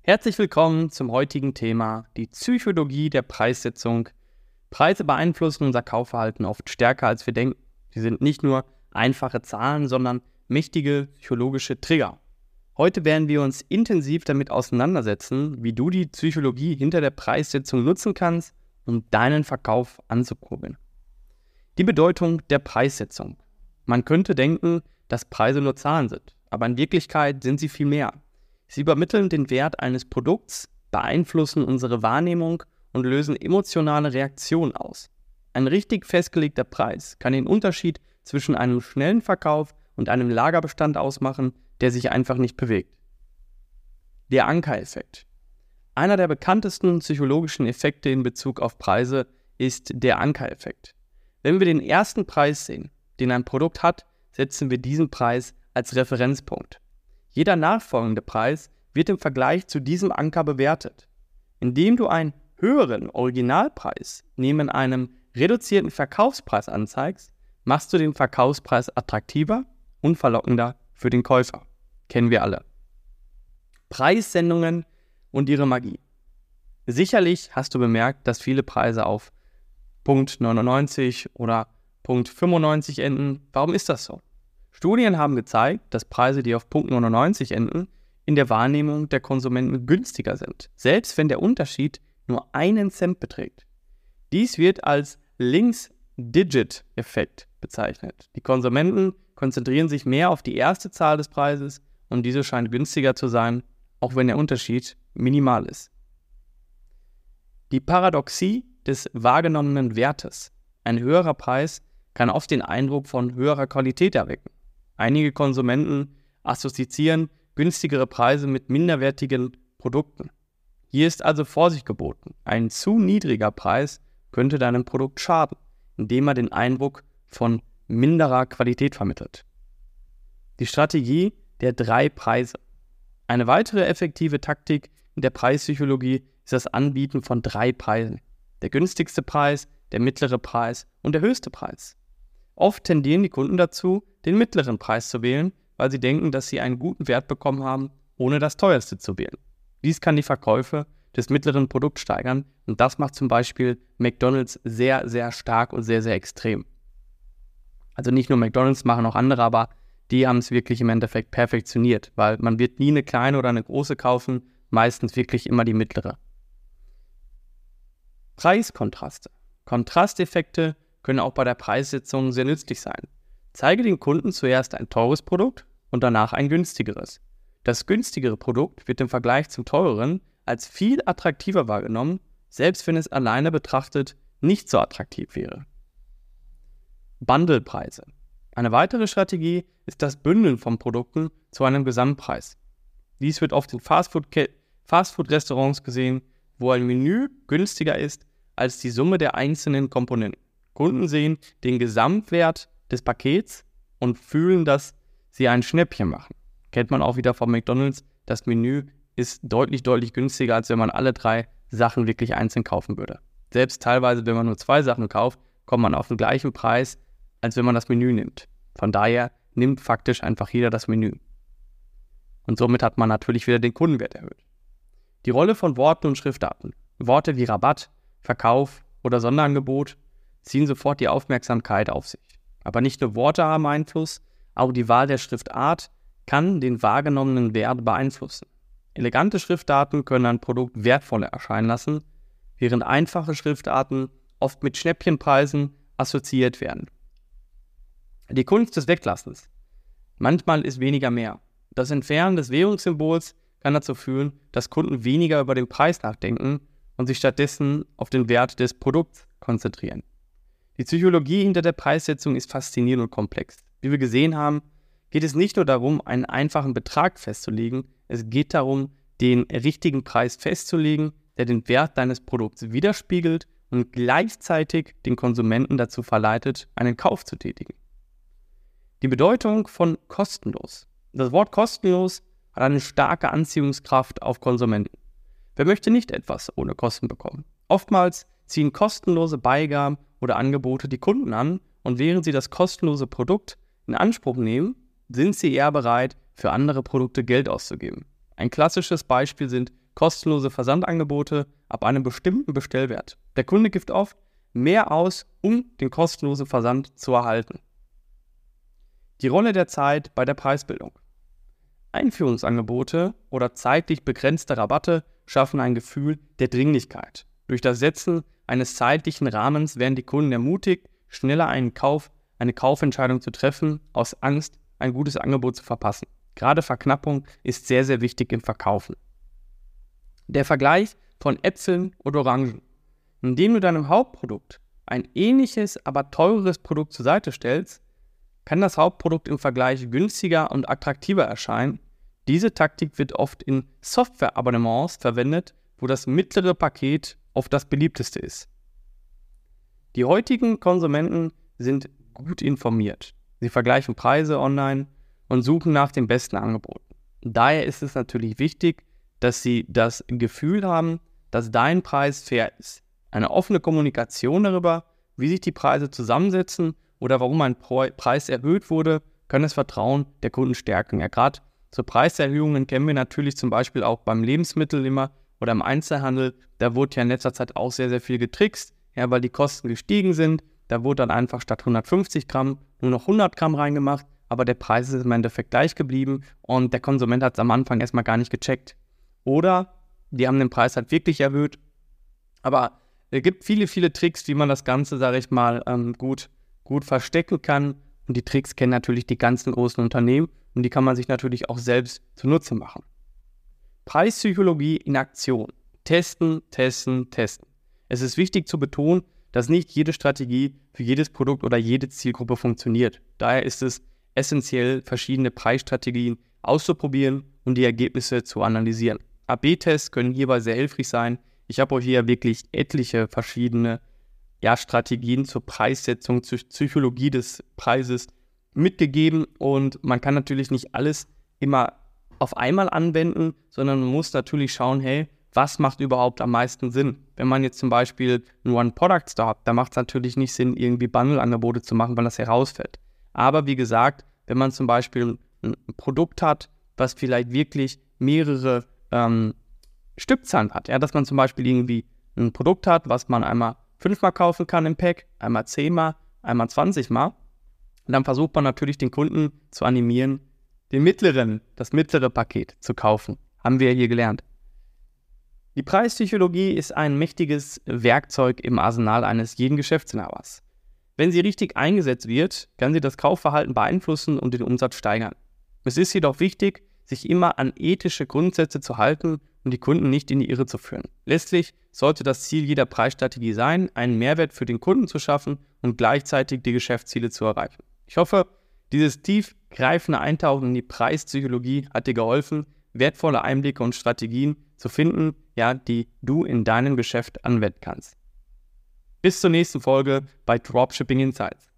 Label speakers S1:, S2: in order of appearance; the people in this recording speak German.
S1: Herzlich willkommen zum heutigen Thema, die Psychologie der Preissetzung. Preise beeinflussen unser Kaufverhalten oft stärker, als wir denken. Sie sind nicht nur einfache Zahlen, sondern mächtige psychologische Trigger. Heute werden wir uns intensiv damit auseinandersetzen, wie du die Psychologie hinter der Preissetzung nutzen kannst, um deinen Verkauf anzukurbeln. Die Bedeutung der Preissetzung. Man könnte denken, dass Preise nur Zahlen sind, aber in Wirklichkeit sind sie viel mehr. Sie übermitteln den Wert eines Produkts, beeinflussen unsere Wahrnehmung und lösen emotionale Reaktionen aus. Ein richtig festgelegter Preis kann den Unterschied zwischen einem schnellen Verkauf und einem Lagerbestand ausmachen, der sich einfach nicht bewegt. Der Ankereffekt. Einer der bekanntesten psychologischen Effekte in Bezug auf Preise ist der Ankereffekt. Wenn wir den ersten Preis sehen, den ein Produkt hat, setzen wir diesen Preis als Referenzpunkt. Jeder nachfolgende Preis wird im Vergleich zu diesem Anker bewertet. Indem du einen höheren Originalpreis neben einem reduzierten Verkaufspreis anzeigst, machst du den Verkaufspreis attraktiver und verlockender für den Käufer. Kennen wir alle. Preissendungen und ihre Magie. Sicherlich hast du bemerkt, dass viele Preise auf Punkt 99 oder Punkt 95 enden. Warum ist das so? Studien haben gezeigt, dass Preise, die auf Punkt 99 enden, in der Wahrnehmung der Konsumenten günstiger sind, selbst wenn der Unterschied nur 1 Cent beträgt. Dies wird als Links-Digit-Effekt bezeichnet. Die Konsumenten konzentrieren sich mehr auf die erste Zahl des Preises und diese scheint günstiger zu sein, auch wenn der Unterschied minimal ist. Die Paradoxie des wahrgenommenen Wertes. Ein höherer Preis kann oft den Eindruck von höherer Qualität erwecken. Einige Konsumenten assoziieren günstigere Preise mit minderwertigen Produkten. Hier ist also Vorsicht geboten. Ein zu niedriger Preis könnte deinem Produkt schaden, indem er den Eindruck von minderer Qualität vermittelt. Die Strategie der 3 Preise. Eine weitere effektive Taktik in der Preispsychologie ist das Anbieten von 3 Preisen. Der günstigste Preis, der mittlere Preis und der höchste Preis. Oft tendieren die Kunden dazu, den mittleren Preis zu wählen, weil sie denken, dass sie einen guten Wert bekommen haben, ohne das teuerste zu wählen. Dies kann die Verkäufe des mittleren Produkts steigern und das macht zum Beispiel McDonald's sehr, sehr stark und sehr, sehr extrem. Also nicht nur McDonald's, machen auch andere, aber die haben es wirklich im Endeffekt perfektioniert, weil man wird nie eine kleine oder eine große kaufen, meistens wirklich immer die mittlere. Preiskontraste. Kontrasteffekte können auch bei der Preissetzung sehr nützlich sein. Zeige den Kunden zuerst ein teures Produkt und danach ein günstigeres. Das günstigere Produkt wird im Vergleich zum teureren als viel attraktiver wahrgenommen, selbst wenn es alleine betrachtet nicht so attraktiv wäre. Bundlepreise. Eine weitere Strategie ist das Bündeln von Produkten zu einem Gesamtpreis. Dies wird oft in Fastfood-Restaurants gesehen, wo ein Menü günstiger ist als die Summe der einzelnen Komponenten. Kunden sehen den Gesamtwert des Pakets und fühlen, dass sie ein Schnäppchen machen. Kennt man auch wieder von McDonald's, das Menü ist deutlich, deutlich günstiger, als wenn man alle 3 Sachen wirklich einzeln kaufen würde. Selbst teilweise, wenn man nur 2 Sachen kauft, kommt man auf den gleichen Preis, als wenn man das Menü nimmt. Von daher nimmt faktisch einfach jeder das Menü. Und somit hat man natürlich wieder den Kundenwert erhöht. Die Rolle von Worten und Schriftarten. Worte wie Rabatt, Verkauf oder Sonderangebot ziehen sofort die Aufmerksamkeit auf sich. Aber nicht nur Worte haben Einfluss, auch die Wahl der Schriftart kann den wahrgenommenen Wert beeinflussen. Elegante Schriftarten können ein Produkt wertvoller erscheinen lassen, während einfache Schriftarten oft mit Schnäppchenpreisen assoziiert werden. Die Kunst des Weglassens. Manchmal ist weniger mehr. Das Entfernen des Währungssymbols kann dazu führen, dass Kunden weniger über den Preis nachdenken und sich stattdessen auf den Wert des Produkts konzentrieren. Die Psychologie hinter der Preissetzung ist faszinierend und komplex. Wie wir gesehen haben, geht es nicht nur darum, einen einfachen Betrag festzulegen, es geht darum, den richtigen Preis festzulegen, der den Wert deines Produkts widerspiegelt und gleichzeitig den Konsumenten dazu verleitet, einen Kauf zu tätigen. Die Bedeutung von kostenlos. Das Wort kostenlos hat eine starke Anziehungskraft auf Konsumenten. Wer möchte nicht etwas ohne Kosten bekommen? Oftmals ziehen kostenlose Beigaben oder Angebote die Kunden an und während sie das kostenlose Produkt in Anspruch nehmen, sind sie eher bereit, für andere Produkte Geld auszugeben. Ein klassisches Beispiel sind kostenlose Versandangebote ab einem bestimmten Bestellwert. Der Kunde gibt oft mehr aus, um den kostenlosen Versand zu erhalten. Die Rolle der Zeit bei der Preisbildung. Einführungsangebote oder zeitlich begrenzte Rabatte schaffen ein Gefühl der Dringlichkeit. Durch das Setzen eines zeitlichen Rahmens werden die Kunden ermutigt, schneller eine Kaufentscheidung zu treffen, aus Angst, ein gutes Angebot zu verpassen. Gerade Verknappung ist sehr, sehr wichtig im Verkaufen. Der Vergleich von Äpfeln und Orangen. Indem du deinem Hauptprodukt ein ähnliches, aber teureres Produkt zur Seite stellst, kann das Hauptprodukt im Vergleich günstiger und attraktiver erscheinen. Diese Taktik wird oft in Softwareabonnements verwendet, wo das mittlere Paket oft das beliebteste ist. Die heutigen Konsumenten sind gut informiert. Sie vergleichen Preise online und suchen nach den besten Angeboten. Daher ist es natürlich wichtig, dass sie das Gefühl haben, dass dein Preis fair ist. Eine offene Kommunikation darüber, wie sich die Preise zusammensetzen oder warum ein Preis erhöht wurde, kann das Vertrauen der Kunden stärken. Ja, gerade zu Preiserhöhungen kennen wir natürlich zum Beispiel auch beim Lebensmittel immer oder im Einzelhandel. Da wurde ja in letzter Zeit auch sehr, sehr viel getrickst, ja, weil die Kosten gestiegen sind. Da wurde dann einfach statt 150 Gramm nur noch 100 Gramm reingemacht, aber der Preis ist im Endeffekt gleich geblieben und der Konsument hat es am Anfang erstmal gar nicht gecheckt. Oder die haben den Preis halt wirklich erhöht, aber es gibt viele, viele Tricks, wie man das Ganze, sage ich mal, gut verstecken kann. Und die Tricks kennen natürlich die ganzen großen Unternehmen und die kann man sich natürlich auch selbst zunutze machen. Preispsychologie in Aktion. Testen, testen, testen. Es ist wichtig zu betonen, dass nicht jede Strategie für jedes Produkt oder jede Zielgruppe funktioniert. Daher ist es essentiell, verschiedene Preisstrategien auszuprobieren und die Ergebnisse zu analysieren. AB-Tests können hierbei sehr hilfreich sein. Ich habe euch hier wirklich etliche verschiedene Strategien zur Preissetzung, zur Psychologie des Preises mitgegeben und man kann natürlich nicht alles immer auf einmal anwenden, sondern man muss natürlich schauen, hey, was macht überhaupt am meisten Sinn? Wenn man jetzt zum Beispiel einen One-Product-Store hat, da macht es natürlich nicht Sinn, irgendwie Bundle-Angebote zu machen, weil das herausfällt. Aber wie gesagt, wenn man zum Beispiel ein Produkt hat, was vielleicht wirklich mehrere Stückzahlen hat, ja, dass man zum Beispiel irgendwie ein Produkt hat, was man einmal 5-mal kaufen kann im Pack, einmal 10-mal, einmal 20-mal. Und dann versucht man natürlich den Kunden zu animieren, das mittlere Paket zu kaufen. Haben wir hier gelernt. Die Preispsychologie ist ein mächtiges Werkzeug im Arsenal eines jeden Geschäftsinhabers. Wenn sie richtig eingesetzt wird, kann sie das Kaufverhalten beeinflussen und den Umsatz steigern. Es ist jedoch wichtig, sich immer an ethische Grundsätze zu halten und die Kunden nicht in die Irre zu führen. Letztlich sollte das Ziel jeder Preisstrategie sein, einen Mehrwert für den Kunden zu schaffen und gleichzeitig die Geschäftsziele zu erreichen. Ich hoffe, dieses tiefgreifende Eintauchen in die Preispsychologie hat dir geholfen, wertvolle Einblicke und Strategien zu finden, die du in deinem Geschäft anwenden kannst. Bis zur nächsten Folge bei Dropshipping Insights.